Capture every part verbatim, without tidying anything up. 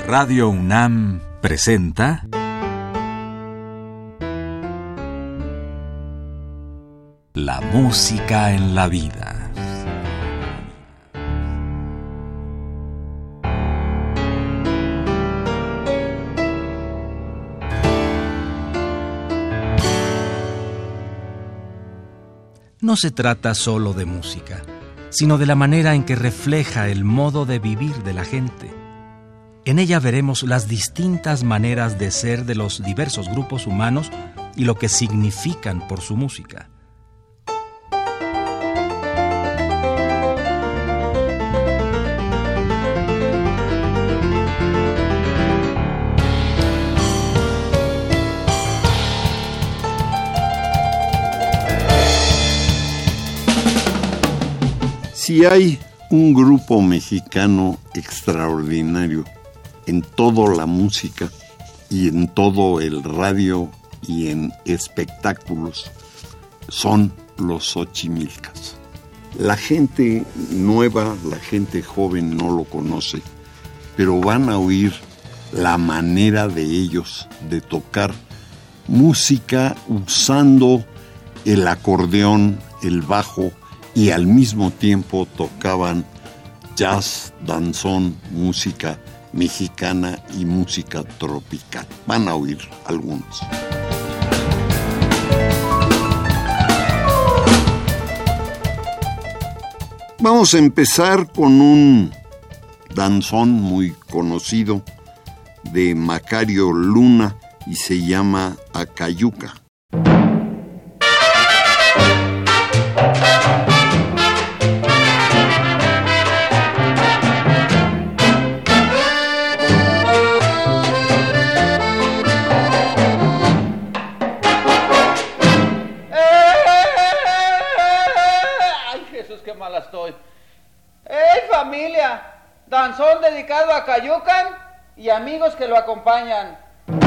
Radio UNAM presenta La música en la vida. No se trata solo de música, sino de la manera en que refleja el modo de vivir de la gente. En ella veremos las distintas maneras de ser de los diversos grupos humanos y lo que significan por su música. Si hay un grupo mexicano extraordinario en toda la música y en todo el radio y en espectáculos, son los Xochimilcas. La gente nueva, la gente joven no lo conoce, pero van a oír la manera de ellos de tocar música usando el acordeón, el bajo, y al mismo tiempo tocaban jazz, danzón, música mexicana y música tropical. Van a oír algunos. Vamos a empezar con un danzón muy conocido de Macario Luna y se llama Acayuca. Estoy. ¡Hey, familia! Danzón dedicado a Cayucan y amigos que lo acompañan.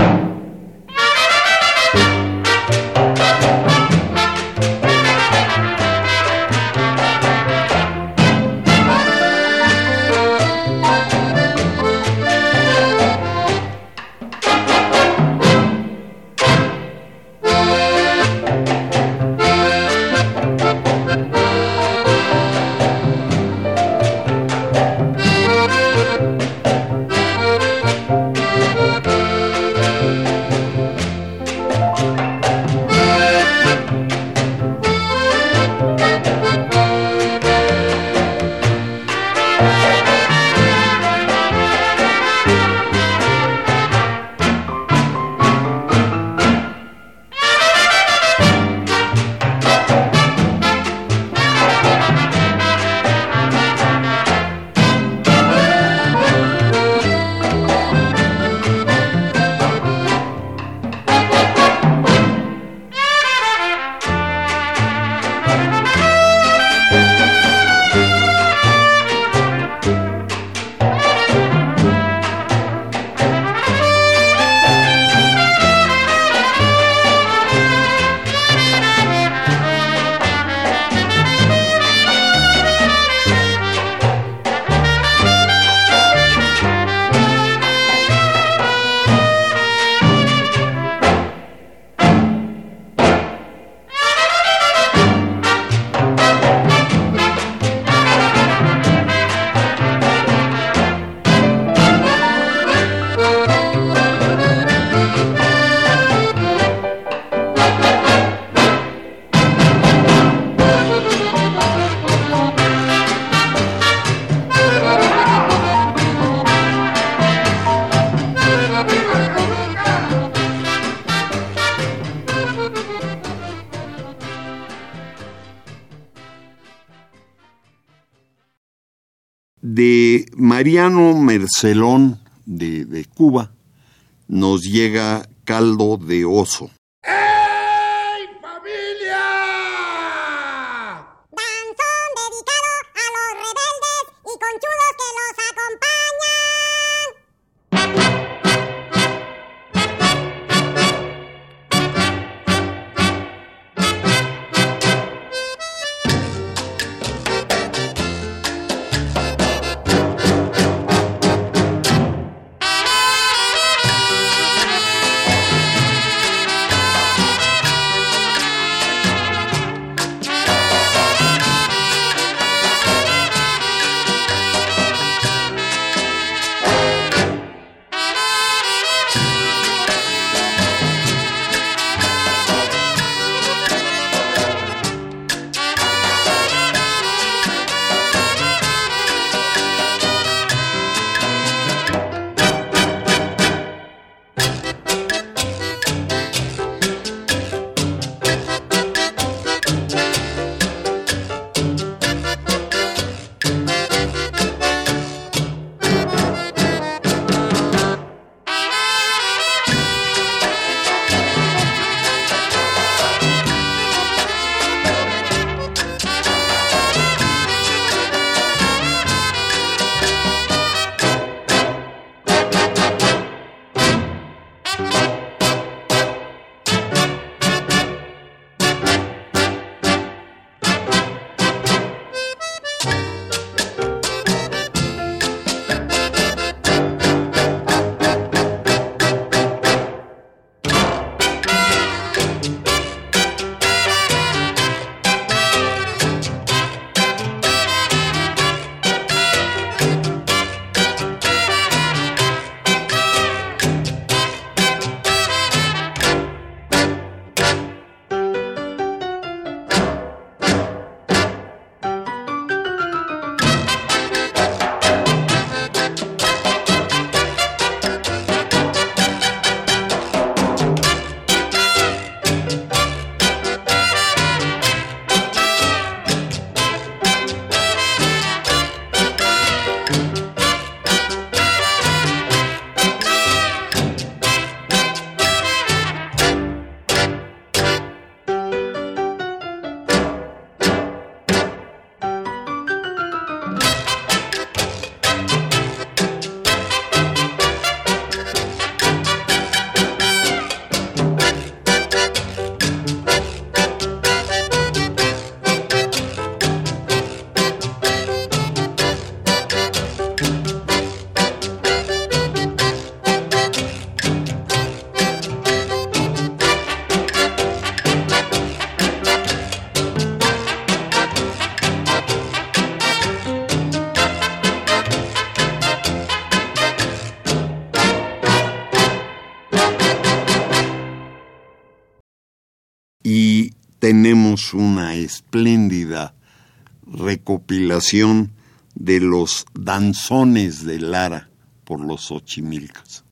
De Mariano Mercelón de, de Cuba nos llega Caldo de Oso. ¡Ey, familia! Danzón dedicado a los rebeldes y conchudos que los acompañan. tenemos una espléndida recopilación de los danzones de Lara por los Xochimilcas.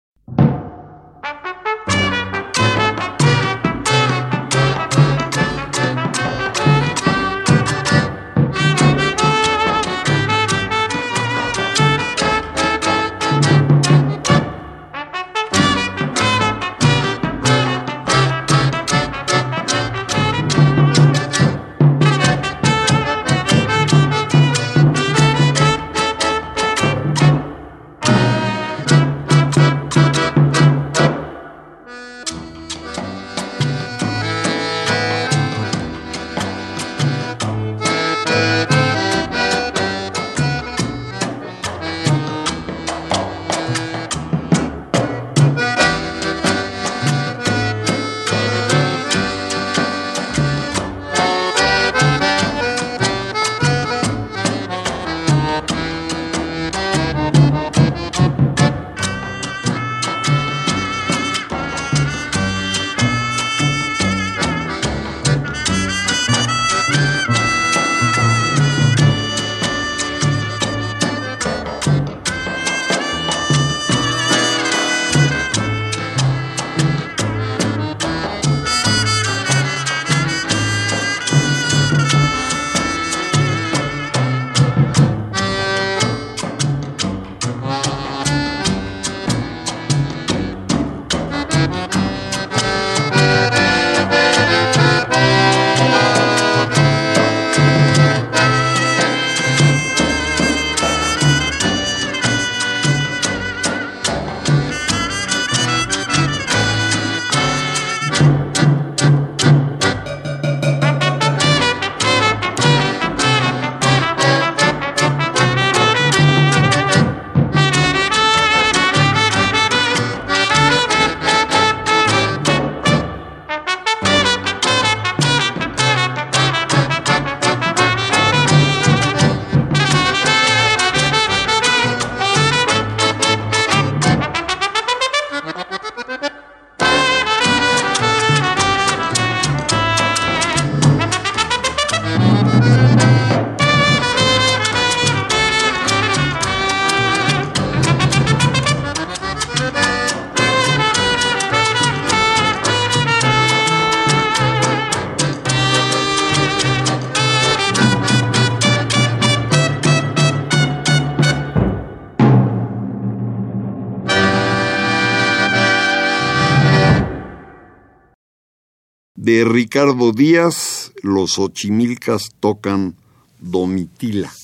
De Ricardo Díaz, los Xochimilcas tocan Domitila.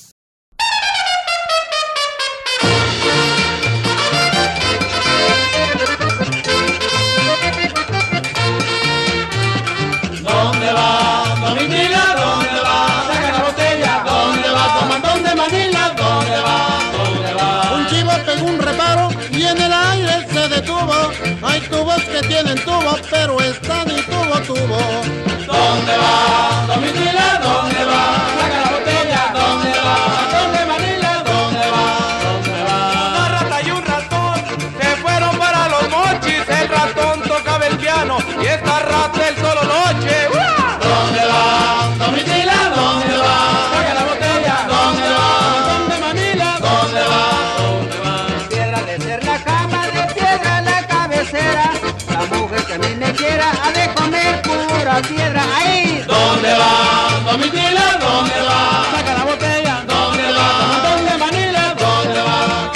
¿Dónde va, Domitila? ¿Dónde va? Saca la botella. ¿Dónde va, comandón de Manila? ¿Dónde va? ¿Dónde va? Un chivo pegó un reparo y en el aire se detuvo. Hay tubos que tienen tubo, pero esta ni tubo tubo. ¿Dónde va, Domitila? ¿Dónde va? Saca la botella. ¿Dónde va? Comandón de Manila. ¿Dónde va? ¿Dónde va? Una rata y un ratón se fueron para los mochis. El ratón tocaba el piano y esta rata el solo noche. ¿Dónde va, Domitila? ¿Dónde va? Saca la botella. ¿Dónde va? Comandón de Manila. ¿Dónde va? ¿Dónde va? Piedra de ser la cama, de piedra la cabecera. La mujer que a mí me quiera ha de comer pura piedra. ¡Ahí! ¿Dónde va, Domitila? ¿Dónde va? Saca la botella. ¿Dónde va? Comandón de Manila. ¿Dónde va?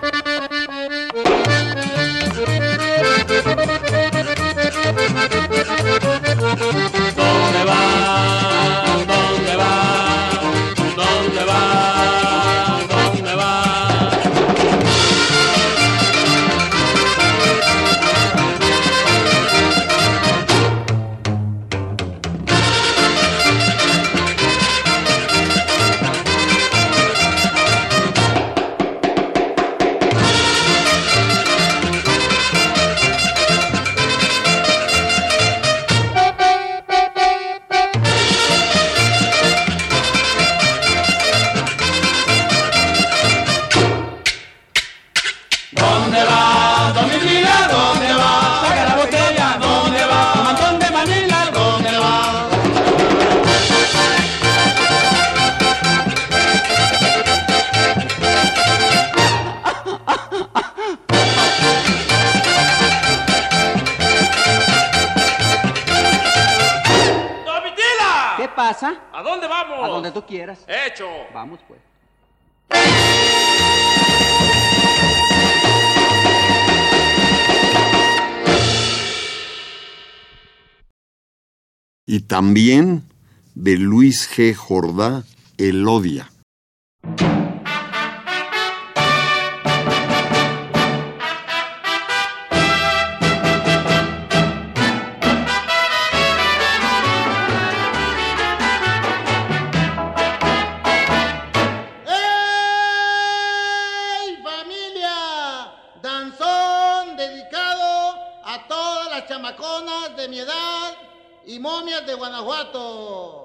¿Dónde va? ¿Dónde va? ¿Dónde va? ¿Dónde va? tú quieras. ¡Hecho! Vamos, pues. Y también de Luis G. Jordá, Elodia. ¡Ey, familia! Danzón dedicado a todas las chamaconas de mi edad y momias de Guanajuato.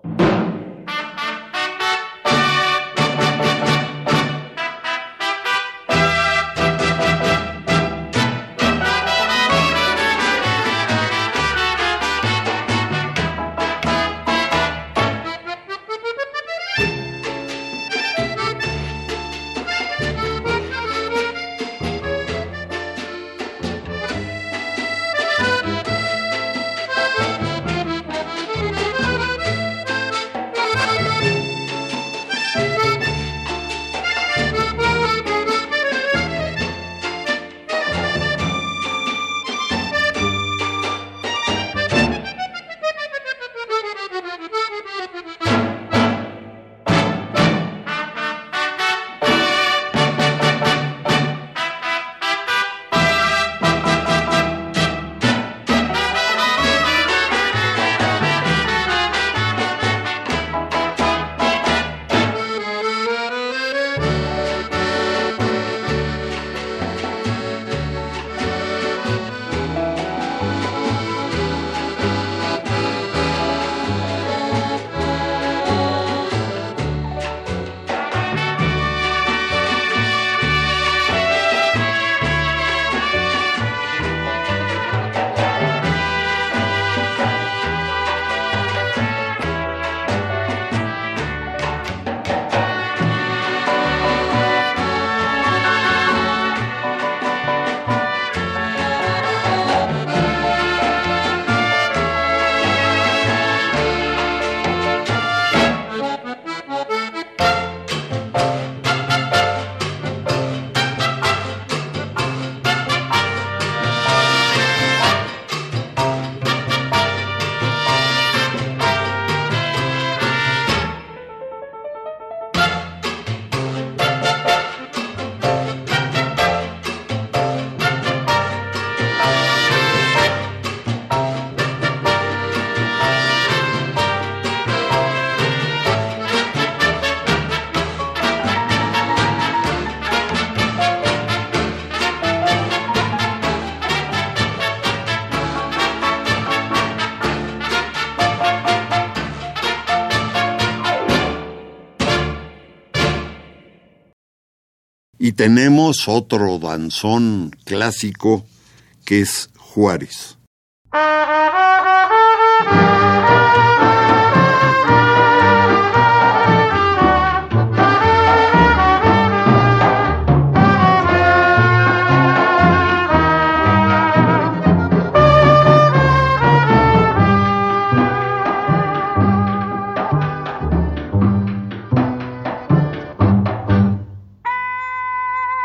Y tenemos otro danzón clásico que es Juárez.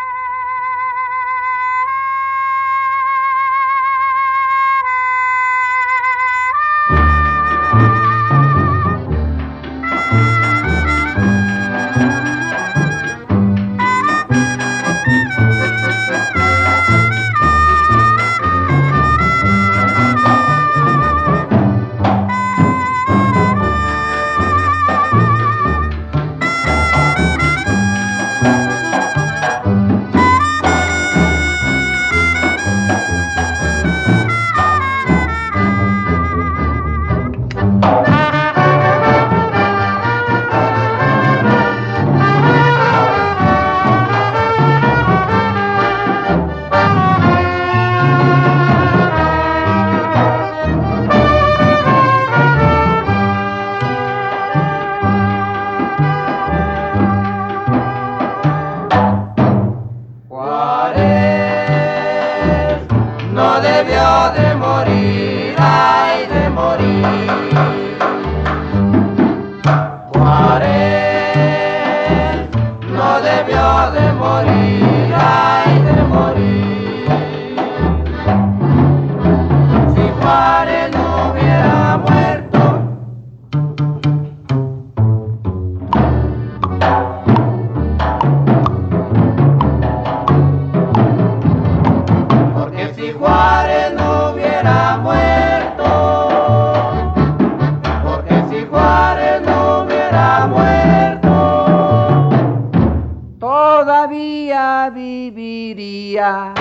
Thank you. viviría.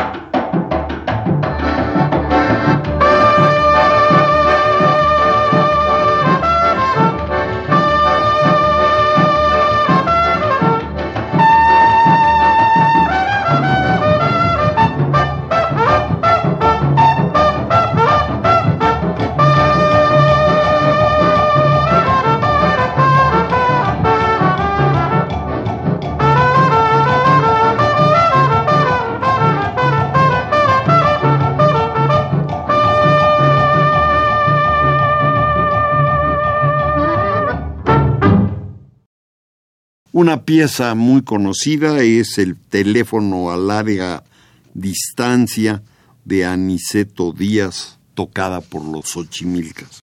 Una pieza muy conocida es el Teléfono a larga distancia de Aniceto Díaz, tocada por los Xochimilcas.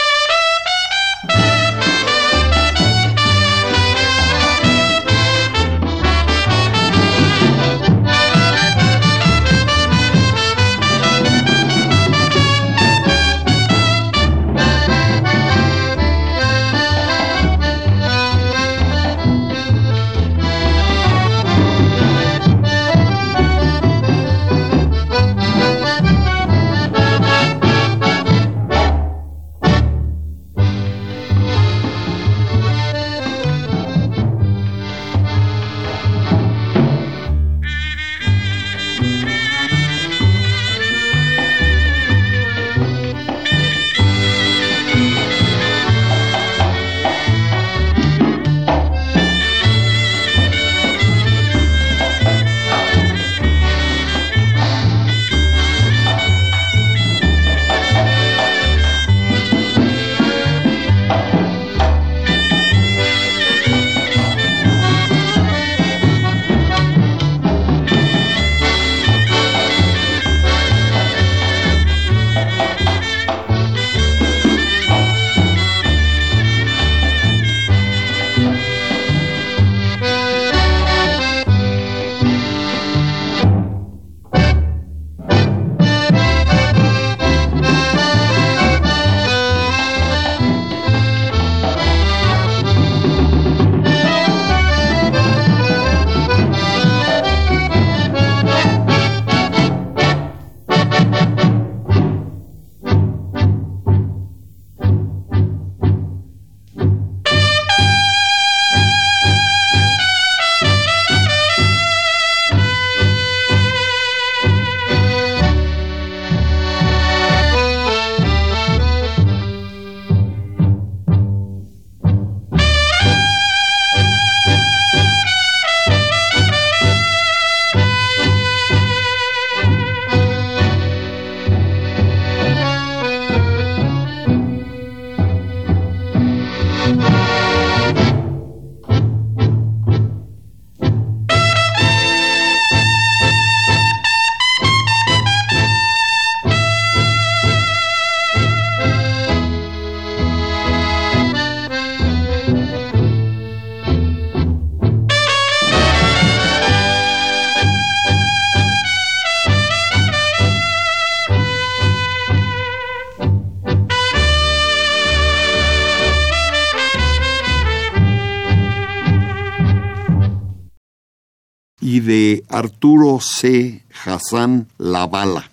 Y de Arturo C. Hassan La Bala.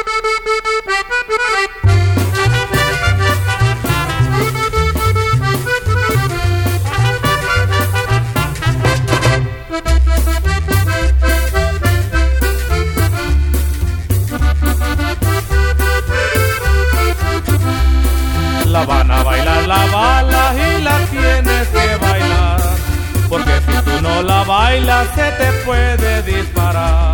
La van a bailar la bala y la tienes que bailar, porque si tú no la bailas se te puede disparar.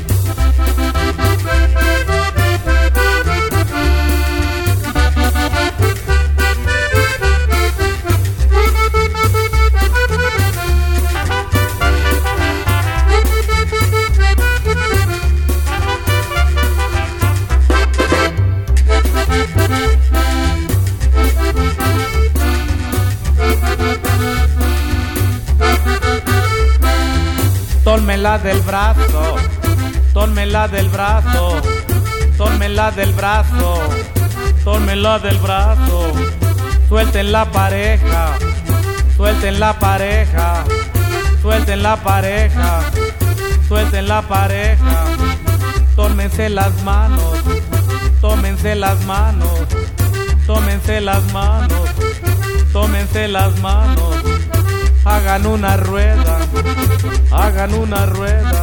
Tómela del brazo, tómela del brazo, tómela del brazo, tómela del brazo. Suelten la pareja, suelten la pareja, suelten la pareja. suelten la pareja, tómense las manos, tómense las manos, tómense las manos, tómense las manos, hagan una rueda, hagan una rueda,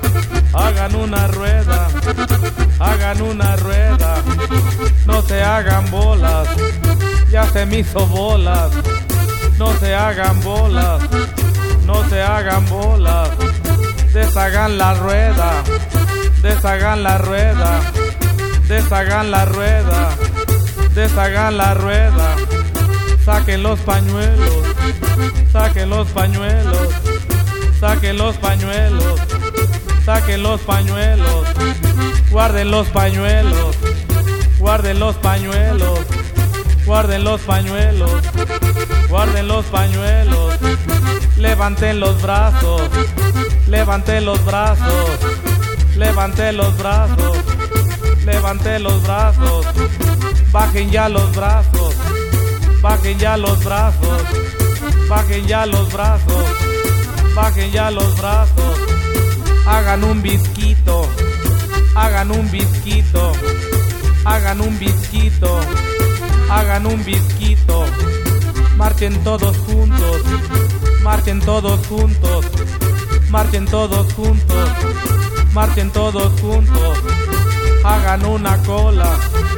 hagan una rueda, hagan una rueda, no se hagan bolas, ya se me hizo bolas, no se hagan bolas, no se hagan bolas, deshagan la rueda, deshagan la rueda, deshagan la rueda, deshagan la rueda, saquen los pañuelos, saquen los pañuelos, saquen los pañuelos, saquen los pañuelos, guarden los pañuelos, guarden los pañuelos, guarden los pañuelos, guarden los pañuelos, levanten los brazos, levanten los brazos, levanten los brazos, levanten los brazos, bajen ya los brazos, bajen ya los brazos, bajen ya los brazos, bajen ya los brazos, hagan un bizquito, hagan un bizquito, hagan un bizquito, hagan un bizquito, marchen todos juntos, marchen todos juntos, marchen todos juntos, marchen todos juntos, hagan una cola,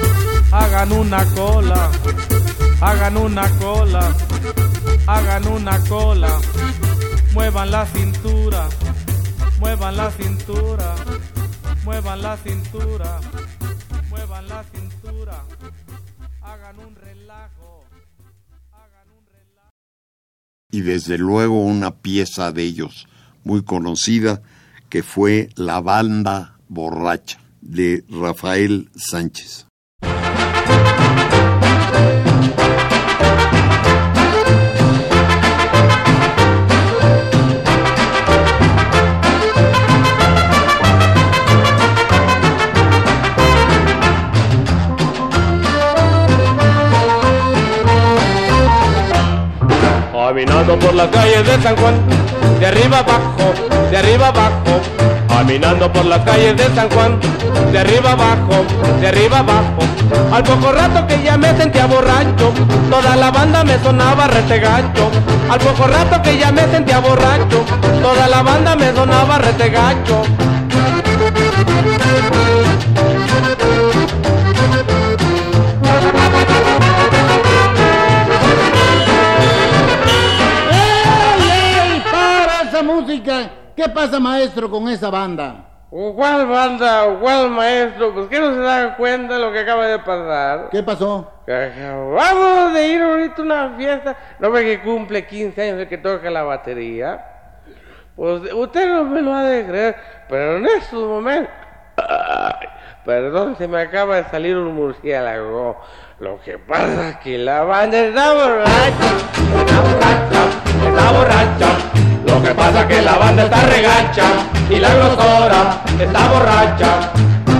hagan una cola, hagan una cola, hagan una cola, muevan la cintura, muevan la cintura, muevan la cintura, muevan la cintura, hagan un relajo, hagan un relajo. Y desde luego una pieza de ellos muy conocida que fue La Banda Borracha de Rafael Sánchez. Caminando por las calles de San Juan, de arriba abajo, de arriba abajo. Caminando por las calles de San Juan, de arriba abajo, de arriba abajo. Al poco rato que ya me sentía borracho, toda la banda me sonaba retegacho. Al poco rato que ya me sentía borracho, toda la banda me sonaba retegacho. Música, ¿qué pasa, maestro, con esa banda? ¿Cuál banda? ¿Cuál maestro? Pues que no se da cuenta de lo que acaba de pasar. ¿Qué pasó? Que acabamos de ir ahorita a una fiesta. ¿No ve que cumple quince años el que toca la batería? Pues usted no me lo ha de creer, pero en estos momentos... Ay, perdón, se me acaba de salir un murciélago. Lo que pasa es que la banda está borracha, está borracha, está borracha. Lo que pasa es que la banda está regacha y la grosora está borracha.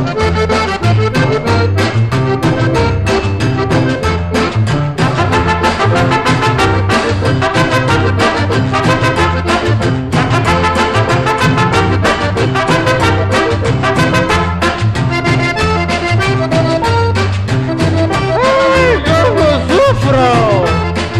¡Ay, cómo sufro!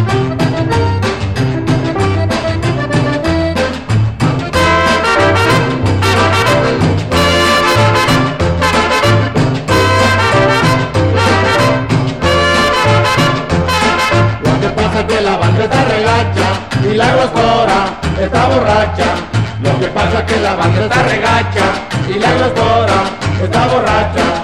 Y la grosora está borracha. Lo que pasa es que la banda está regacha y la grosora está borracha.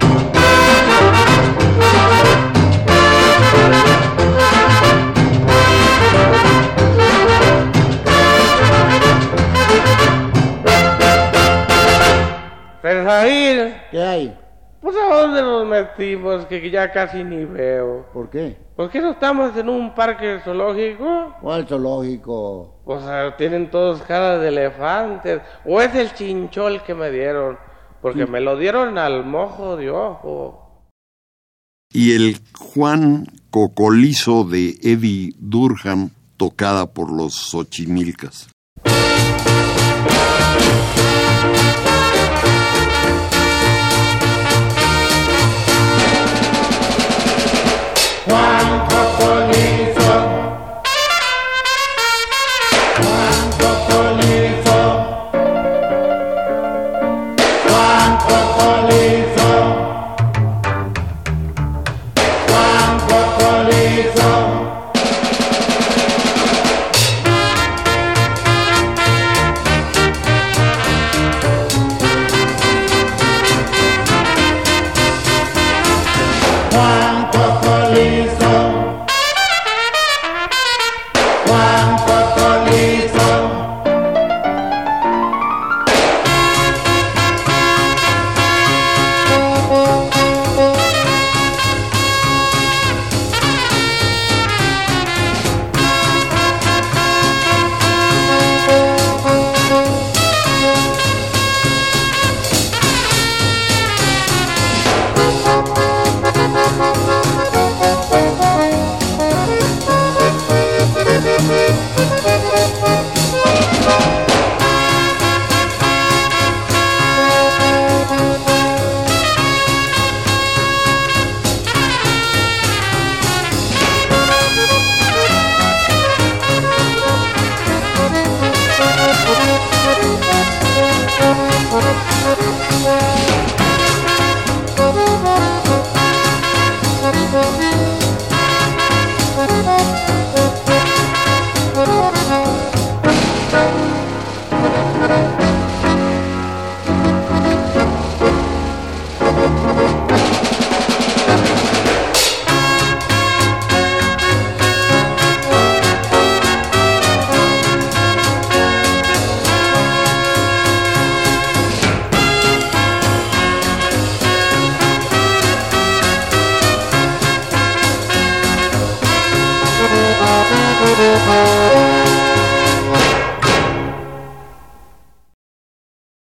Ferjaín, ¿qué hay? Pues a dónde nos metimos que ya casi ni veo. ¿Por qué? ¿Por qué no estamos en un parque zoológico? ¿Cuál zoológico? O sea, tienen todos caras de elefantes. ¿O es el chinchol que me dieron? Porque sí, me lo dieron al mojo de ojo. Y el Juan Cocolizo de Eddie Durham, tocada por los Xochimilcas.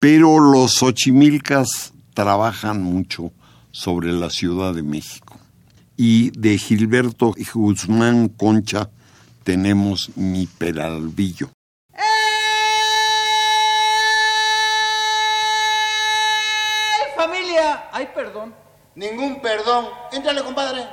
Pero los Xochimilcas trabajan mucho sobre la Ciudad de México. Y de Gilberto Guzmán Concha tenemos Mi Peralvillo. ¡Ey, familia! Ay, perdón. Ningún perdón. Éntrale, compadre.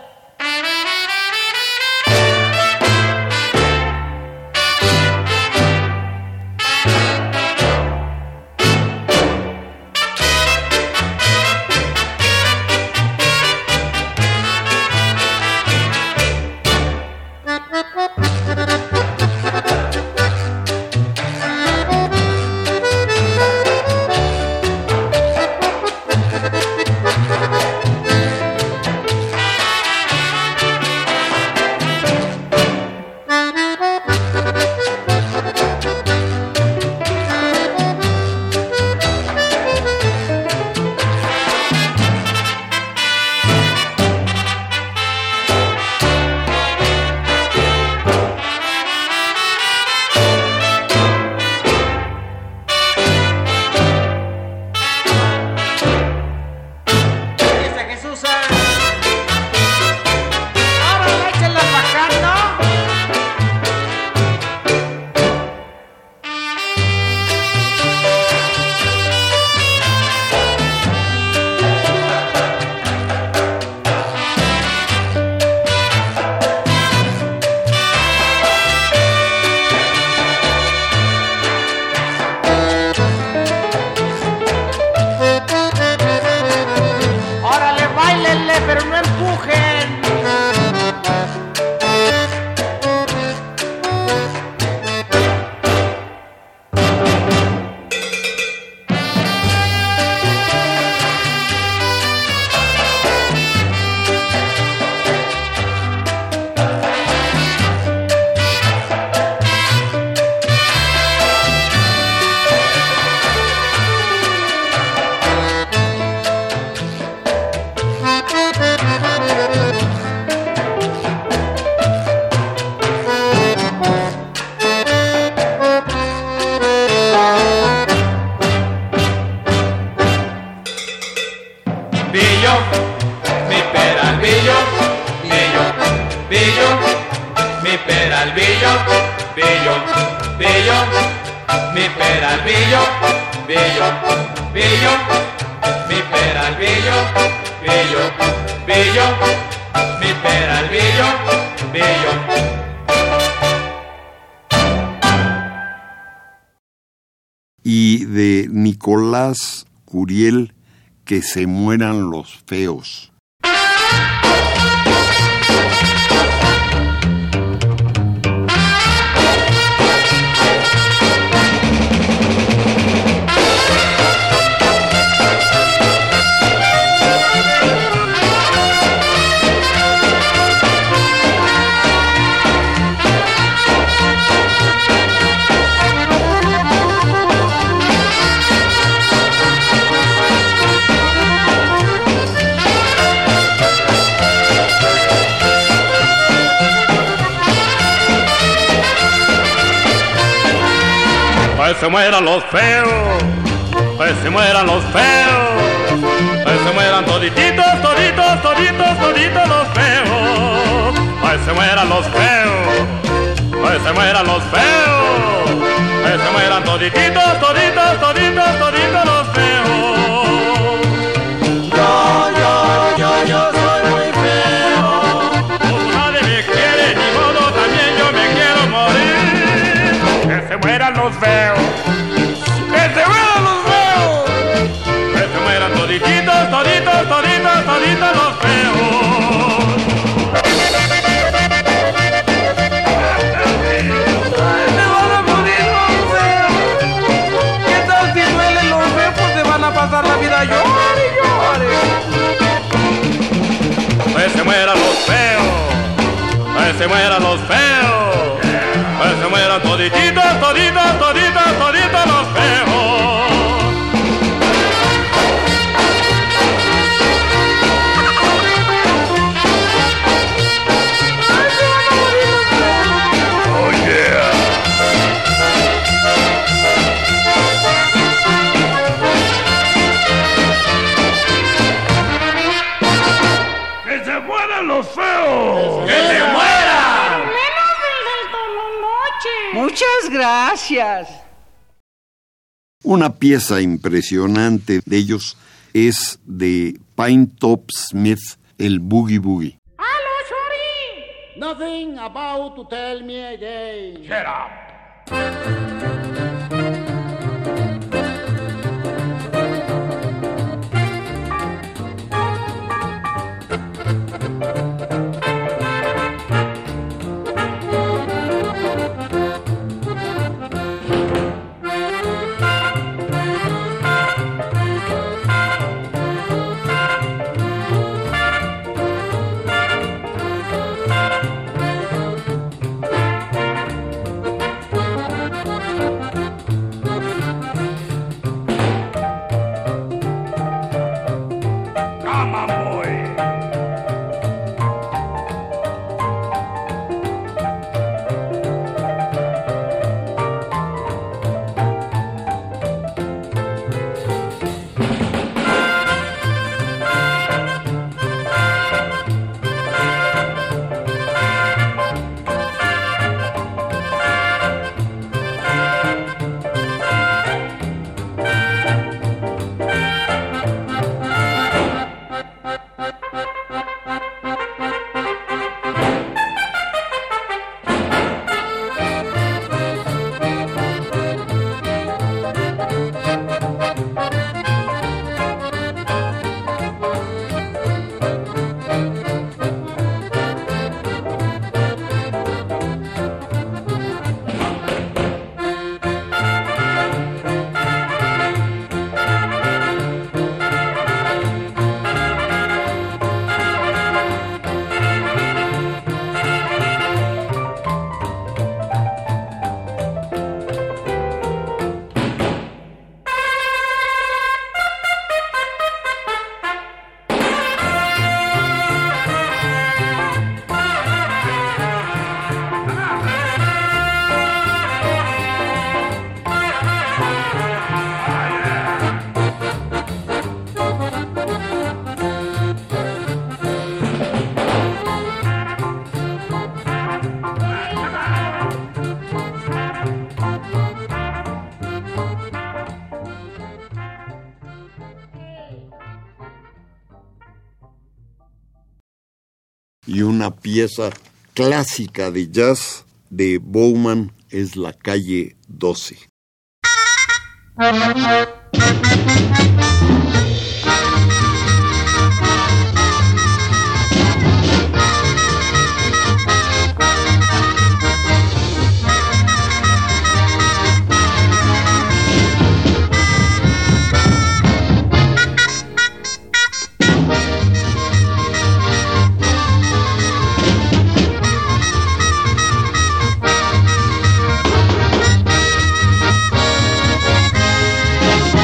Y de Nicolás Curiel, Que se mueran los feos. Que se mueran los feos, que se mueran los feos, que se mueran todititos, toditos, toditos, toditos los feos, que se mueran los feos, que se mueran los feos, que se mueran todititos, toditos, toditos, toditos los feos. Yo, yo, yo, yo soy muy feo, como nadie me quiere, ni modo también yo me quiero morir. Que se mueran los feos. ¡Que se mueran los feos! ¡Que se mueran todititos, toditos, toditos, toditos los feos! ¡Ay, se van a morir los feos! ¿Qué tal si duelen los feos? Pues se van a pasar la vida llore y llore. ¡Que se mueran los feos! ¡Que se mueran los feos! ¡Que se mueran todititos, toditos, toditos, toditos los feos! ¡Oh, yeah! Muchas gracias. Una pieza impresionante de ellos es de Pine Top Smith, el Boogie Boogie. Nothing about to tell me again. Shut up. Y una pieza clásica de jazz de Bowman es La Calle doce. Thank you.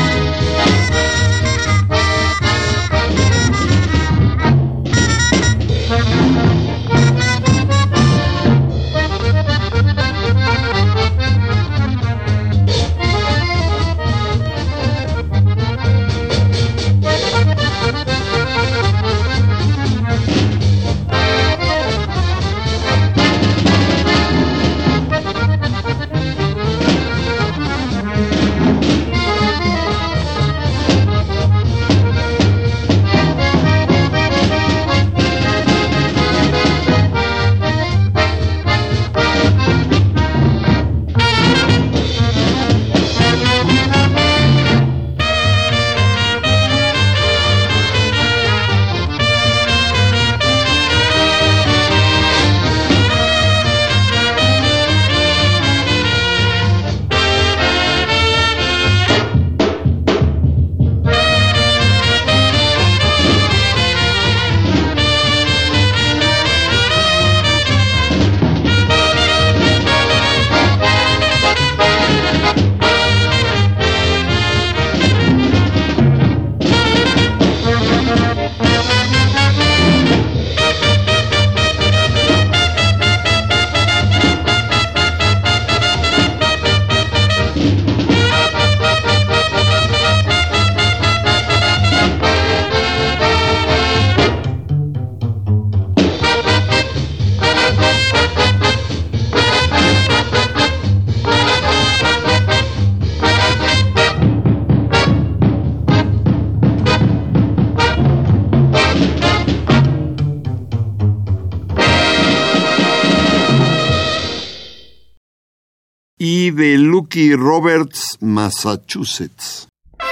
de Lucky Roberts, Massachusetts.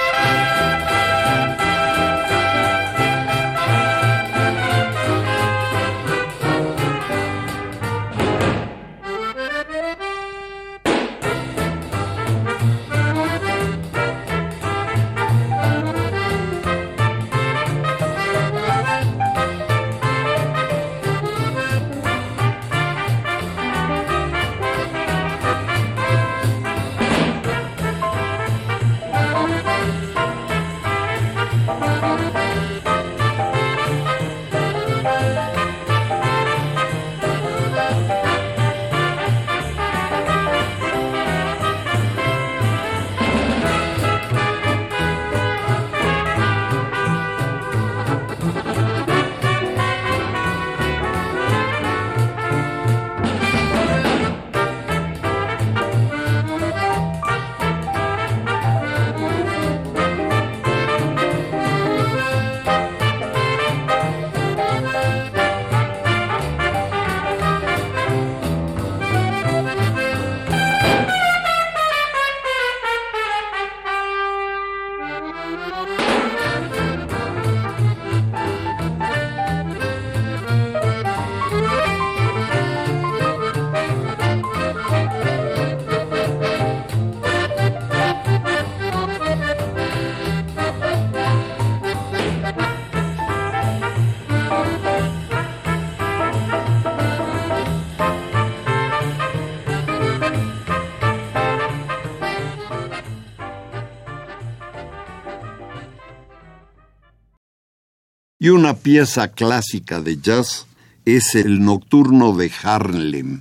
Y una pieza clásica de jazz es el Nocturno de Harlem.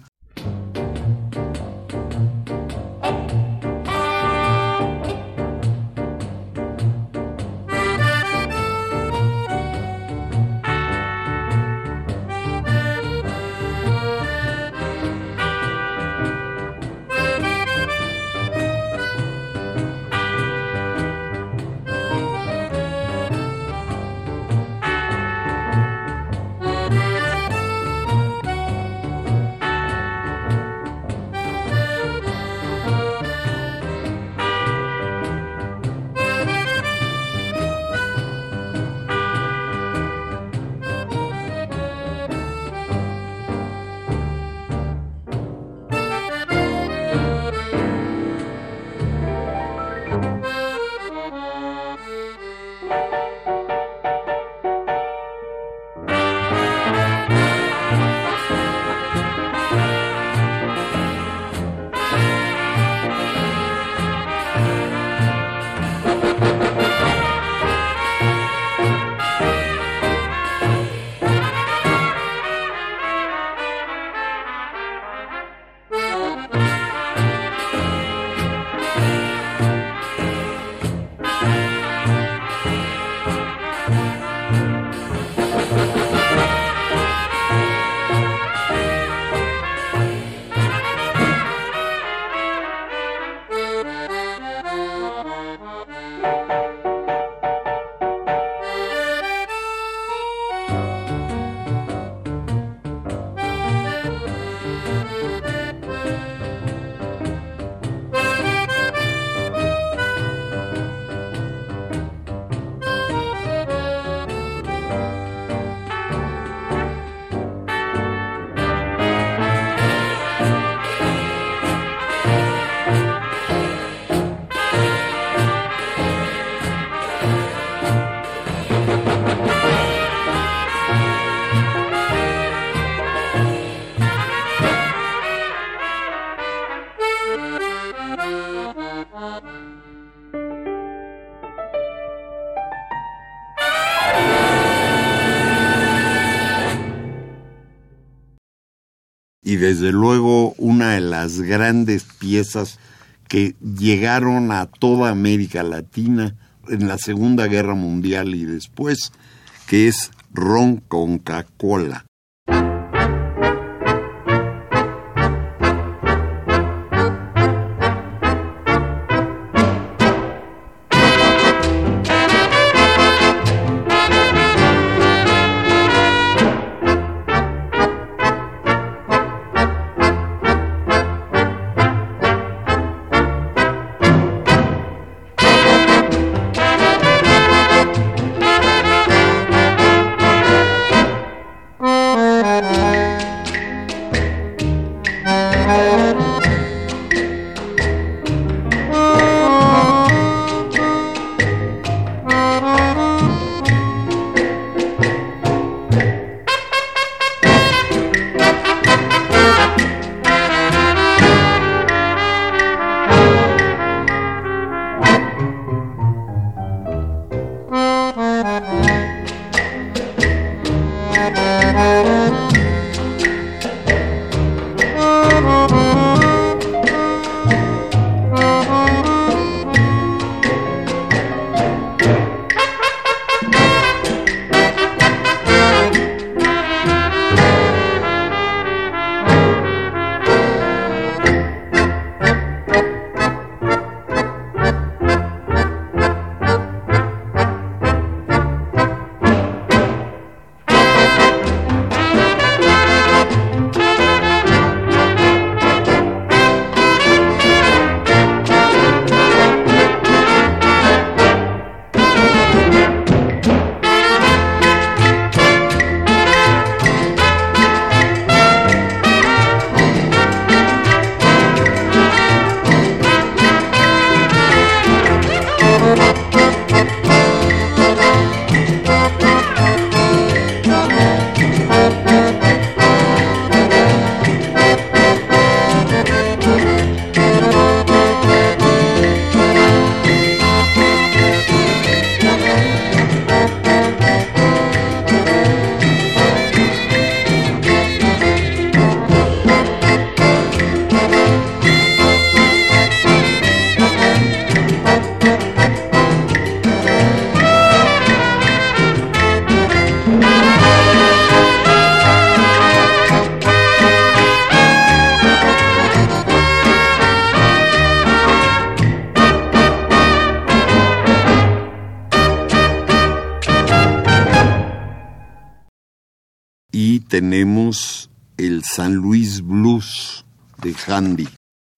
Y desde luego una de las grandes piezas que llegaron a toda América Latina en la Segunda Guerra Mundial y después, que es Ron con Coca-Cola. tenemos el San Luis Blues de Handy.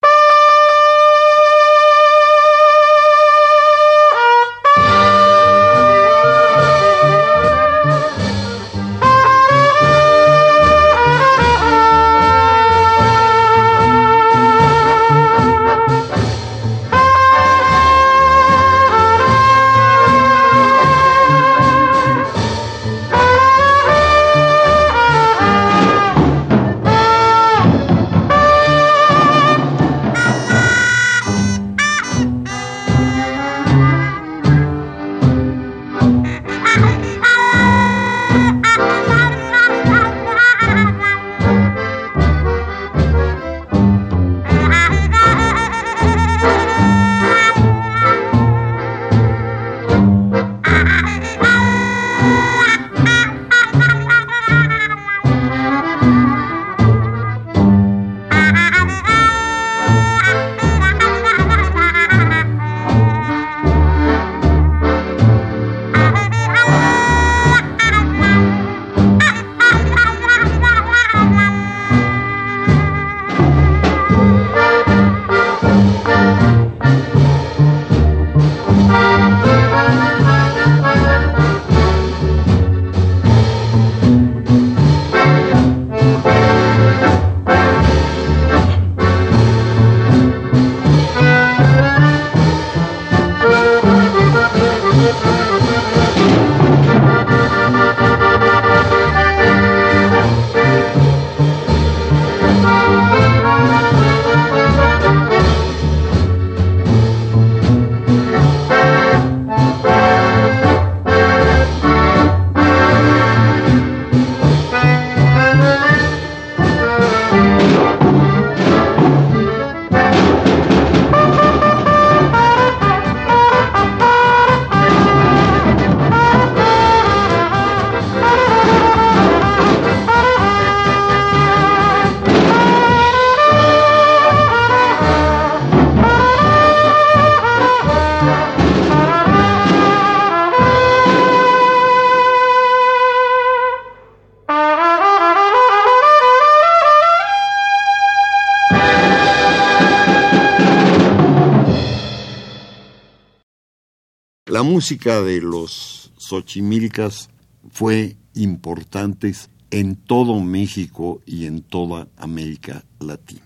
La música de los Xochimilcas fue importante en todo México y en toda América Latina.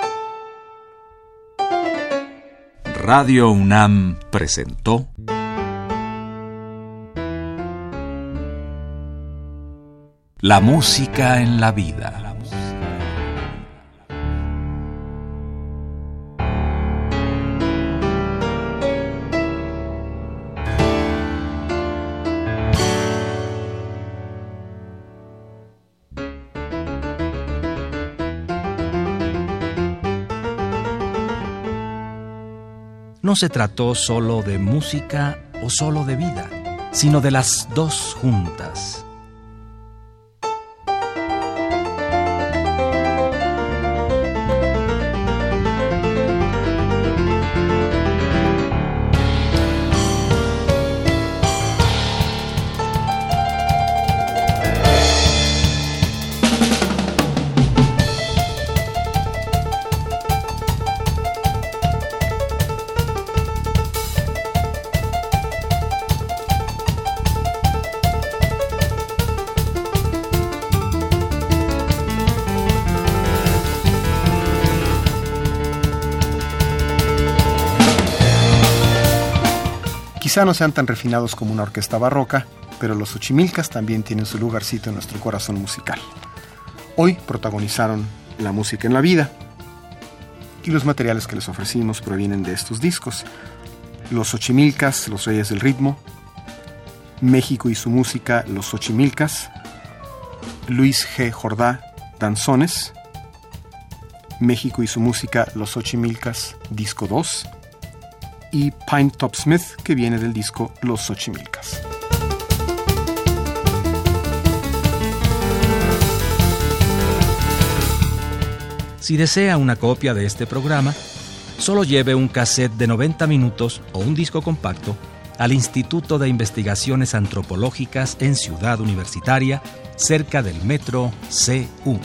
Radio UNAM presentó La música en la vida. No se trató solo de música o solo de vida, sino de las dos juntas. Quizá no sean tan refinados como una orquesta barroca, pero los Xochimilcas también tienen su lugarcito en nuestro corazón musical. Hoy protagonizaron la música en la vida, y los materiales que les ofrecimos provienen de estos discos: Los Xochimilcas, los Reyes del Ritmo; México y su música, Los Xochimilcas; Luis G. Jordá, Danzones; México y su música, Los Xochimilcas, disco dos; y Pine Top Smith, que viene del disco Los Xochimilcas. Si desea una copia de este programa, solo lleve un cassette de noventa minutos o un disco compacto al Instituto de Investigaciones Antropológicas en Ciudad Universitaria, cerca del Metro C U.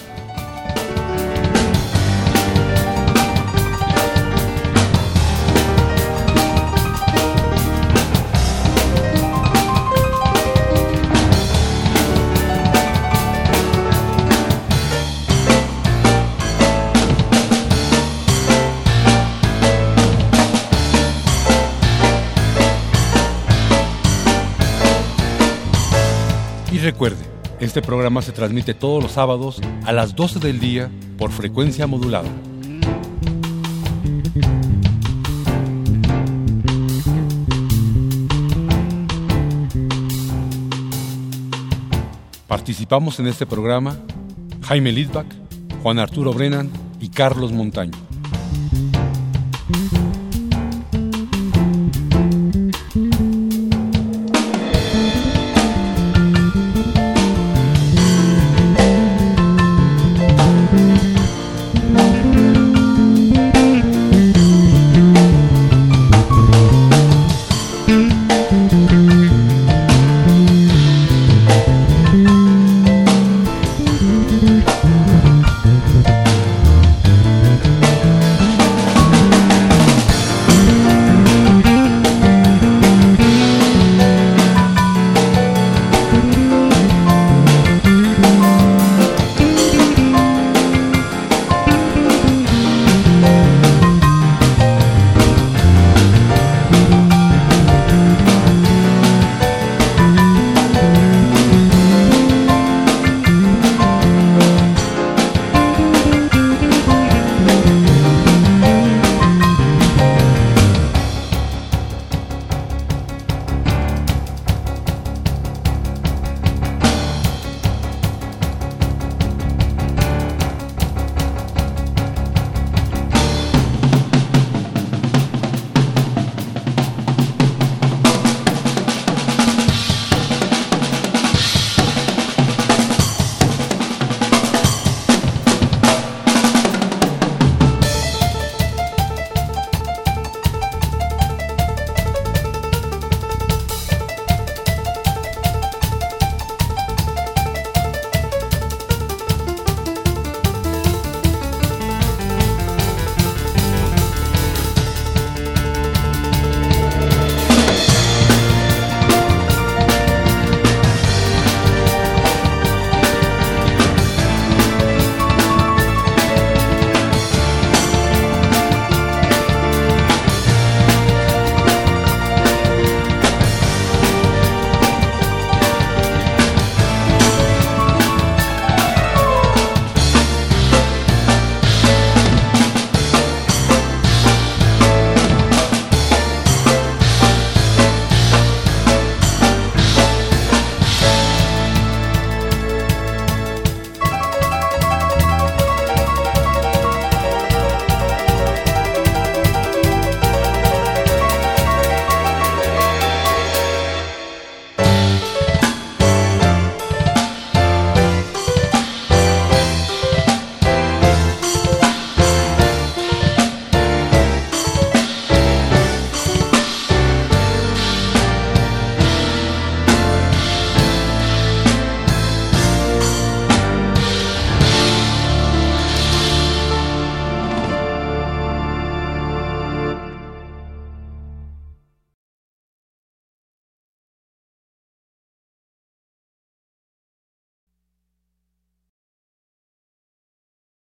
Y recuerde, este programa se transmite todos los sábados a las doce del día por frecuencia modulada. Participamos en este programa Jaime Litvak, Juan Arturo Brennan y Carlos Montaño.